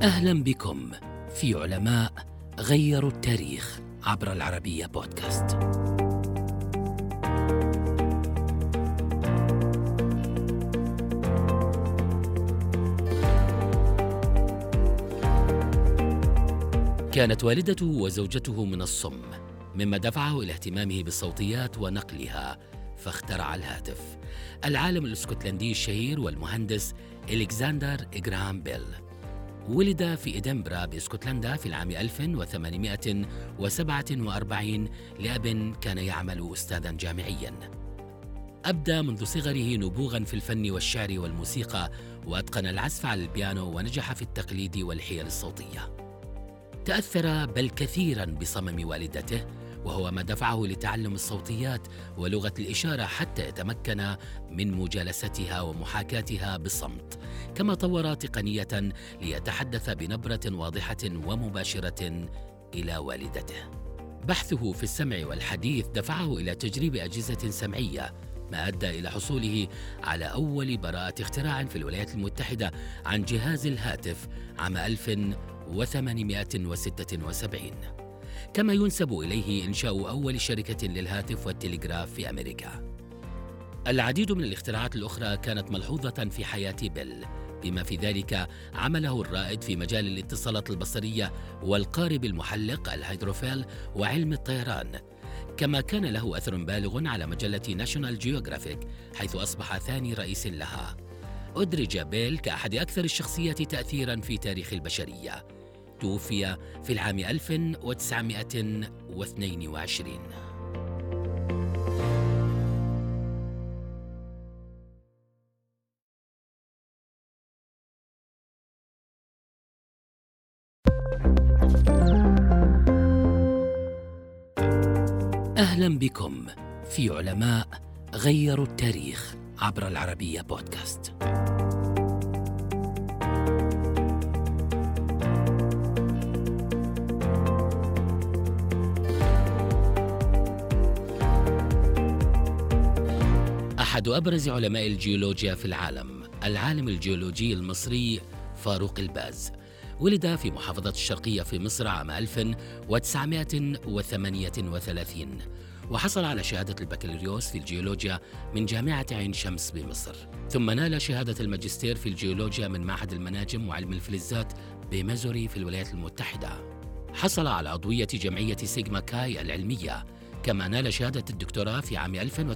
أهلا بكم في علماء غيروا التاريخ عبر العربية بودكاست. كانت والدته وزوجته من الصم، مما دفعه إلى اهتمامه بالصوتيات ونقلها، فاخترع الهاتف. العالم الاسكتلندي الشهير والمهندس إلكسندر غراهام بيل ولد في إدنبرا باسكتلندا في العام 1847 لأب كان يعمل أستاذاً جامعياً. أبدى منذ صغره نبوغاً في الفن والشعر والموسيقى، وأتقن العزف على البيانو ونجح في التقليد والحيل الصوتية. تأثر بل كثيراً بصمم والدته، وهو ما دفعه لتعلم الصوتيات ولغة الإشارة حتى يتمكن من مجالستها ومحاكاتها بالصمت، كما طور تقنية ليتحدث بنبرة واضحة ومباشرة إلى والدته. بحثه في السمع والحديث دفعه إلى تجريب أجهزة سمعية، ما أدى إلى حصوله على أول براءة اختراع في الولايات المتحدة عن جهاز الهاتف عام 1876. كما ينسب إليه إنشاء أول شركة للهاتف والتلغراف في أمريكا. العديد من الاختراعات الأخرى كانت ملحوظة في حياة بيل، بما في ذلك عمله الرائد في مجال الاتصالات البصرية والقارب المحلق الهيدروفيل وعلم الطيران. كما كان له أثر بالغ على مجلة ناشونال جيوغرافيك، حيث أصبح ثاني رئيس لها. أدرج بيل كأحد أكثر الشخصيات تأثيراً في تاريخ البشرية. توفي في العام 1922. أهلا بكم في علماء غيروا التاريخ عبر العربية بودكاست. أحد أبرز علماء الجيولوجيا في العالم، العالم الجيولوجي المصري فاروق الباز، ولد في محافظة الشرقية في مصر عام 1938، وحصل على شهادة البكالوريوس في الجيولوجيا من جامعة عين شمس بمصر، ثم نال شهادة الماجستير في الجيولوجيا من معهد المناجم وعلم الفلزات بميزوري في الولايات المتحدة. حصل على عضوية جمعية سيغما كاي العلمية، كما نال شهادة الدكتوراه في عام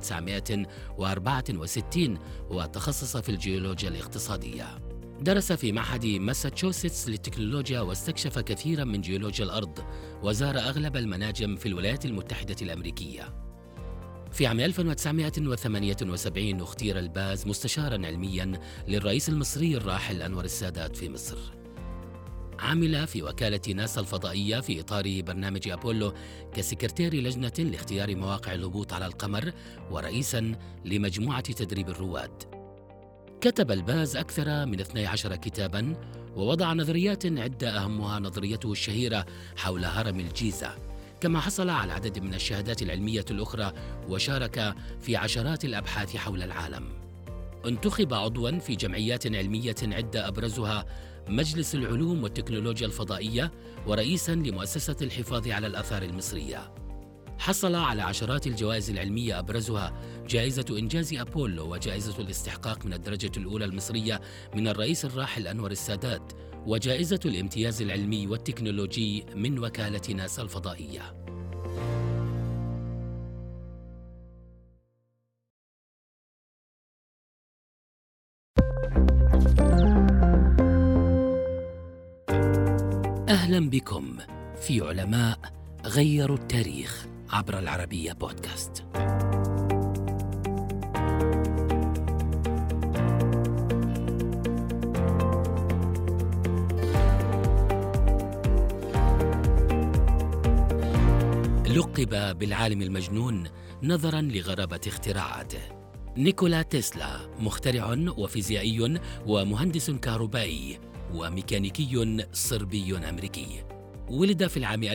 1964 وتخصص في الجيولوجيا الاقتصادية. درس في معهد ماساتشوستس للتكنولوجيا واستكشف كثيراً من جيولوجيا الأرض، وزار أغلب المناجم في الولايات المتحدة الأمريكية. في عام 1978 اختير الباز مستشاراً علمياً للرئيس المصري الراحل أنور السادات في مصر. عمل في وكالة ناسا الفضائية في إطار برنامج أبولو كسكرتير لجنة لاختيار مواقع الهبوط على القمر، ورئيساً لمجموعة تدريب الرواد. كتب الباز أكثر من 12 كتاباً، ووضع نظريات عدة أهمها نظريته الشهيرة حول هرم الجيزة. كما حصل على عدد من الشهادات العلمية الأخرى، وشارك في عشرات الأبحاث حول العالم. انتخب عضواً في جمعيات علمية عدة أبرزها مجلس العلوم والتكنولوجيا الفضائية، ورئيساً لمؤسسة الحفاظ على الآثار المصرية. حصل على عشرات الجوائز العلمية أبرزها جائزة إنجاز أبولو، وجائزة الاستحقاق من الدرجة الأولى المصرية من الرئيس الراحل أنور السادات، وجائزة الامتياز العلمي والتكنولوجي من وكالة ناسا الفضائية. أهلا بكم في علماء غيروا التاريخ عبر العربية بودكاست. لقب بالعالم المجنون نظراً لغرابة اختراعاته. نيكولا تسلا مخترع وفيزيائي ومهندس كهربائي وميكانيكي صربي أمريكي، ولد في العام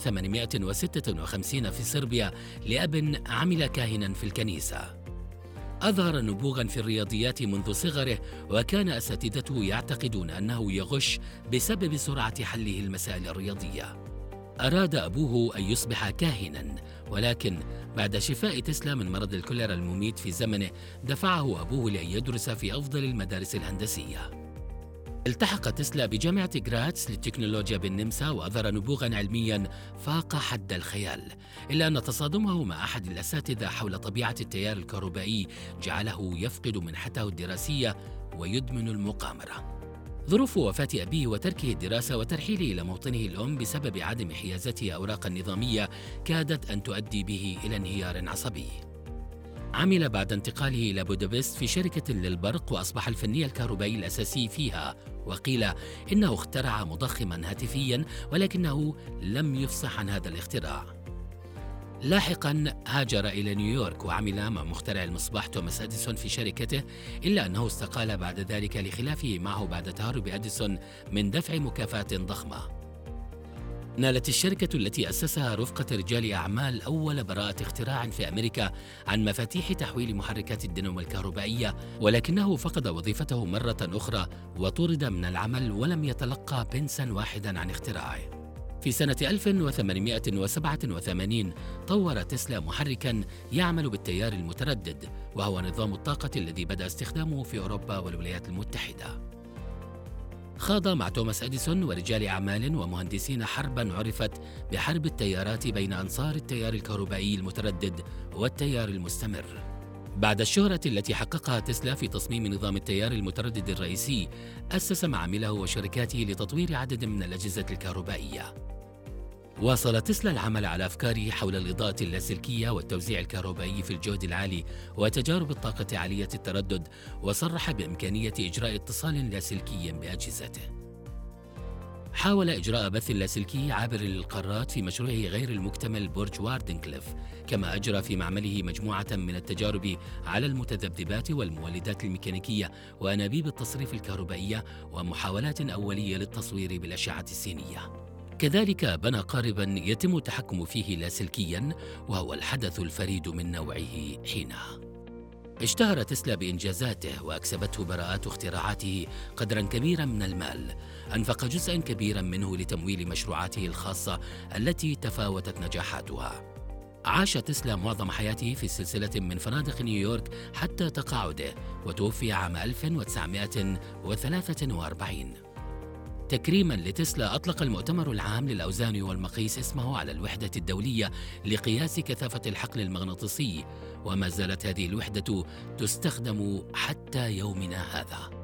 1856 في صربيا لأب عمل كاهناً في الكنيسة. أظهر نبوغاً في الرياضيات منذ صغره، وكان أساتذته يعتقدون أنه يغش بسبب سرعة حله المسائل الرياضية. أراد أبوه أن يصبح كاهناً، ولكن بعد شفاء تسلا من مرض الكوليرا المميت في زمنه دفعه أبوه لأن يدرس في أفضل المدارس الهندسية. التحق تسلا بجامعة غراتس للتكنولوجيا بالنمسا، وأظهر نبوغاً علمياً فاق حد الخيال، إلا أن تصادمه مع أحد الأساتذة حول طبيعة التيار الكهربائي جعله يفقد منحته الدراسية ويدمن المقامرة. ظروف وفاة أبيه وتركه الدراسة وترحيله إلى موطنه الأم بسبب عدم حيازته أوراقاً نظامية كادت أن تؤدي به إلى انهيار عصبي. عمل بعد انتقاله إلى بودابست في شركة للبرق، وأصبح الفني الكهربائي الأساسي فيها، وقيل إنه اخترع مضخماً هاتفياً، ولكنه لم يفصح عن هذا الاختراع. لاحقاً هاجر إلى نيويورك وعمل مع مخترع المصباح توماس أديسون في شركته، إلا أنه استقال بعد ذلك لخلافه معه بعد تهرب أديسون من دفع مكافأة ضخمة. نالت الشركة التي أسسها رفقة رجال أعمال أول براءة اختراع في أمريكا عن مفاتيح تحويل محركات الدينامو الكهربائية، ولكنه فقد وظيفته مرة أخرى وطرد من العمل ولم يتلقى بنساً واحداً عن اختراعه. في سنة 1887 طور تسلا محركاً يعمل بالتيار المتردد، وهو نظام الطاقة الذي بدأ استخدامه في أوروبا والولايات المتحدة. خاض مع توماس أديسون ورجال أعمال ومهندسين حرباً عرفت بحرب التيارات بين أنصار التيار الكهربائي المتردد والتيار المستمر. بعد الشهرة التي حققها تسلا في تصميم نظام التيار المتردد الرئيسي، أسس معامله وشركاته لتطوير عدد من الأجهزة الكهربائية. واصل تسلا العمل على أفكاره حول الإضاءة اللاسلكية والتوزيع الكهربائي في الجهد العالي وتجارب الطاقة عالية التردد، وصرح بإمكانية إجراء اتصال لاسلكي بأجهزته. حاول إجراء بث لاسلكي عابر للقارات في مشروعه غير المكتمل برج واردنكليف، كما أجرى في معمله مجموعة من التجارب على المتذبذبات والمولدات الميكانيكية وأنابيب التصريف الكهربائية ومحاولات أولية للتصوير بالأشعة السينية. كذلك بنى قارباً يتم التحكم فيه لاسلكياً، وهو الحدث الفريد من نوعه حينها. اشتهر تسلا بإنجازاته وأكسبته براءات اختراعاته قدراً كبيراً من المال، أنفق جزءاً كبيراً منه لتمويل مشروعاته الخاصة التي تفاوتت نجاحاتها. عاش تسلا معظم حياته في سلسلة من فنادق نيويورك حتى تقاعده، وتوفي عام 1943. تكريماً لتسلا أطلق المؤتمر العام للأوزان والمقاييس اسمه على الوحدة الدولية لقياس كثافة الحقل المغناطيسي، وما زالت هذه الوحدة تستخدم حتى يومنا هذا.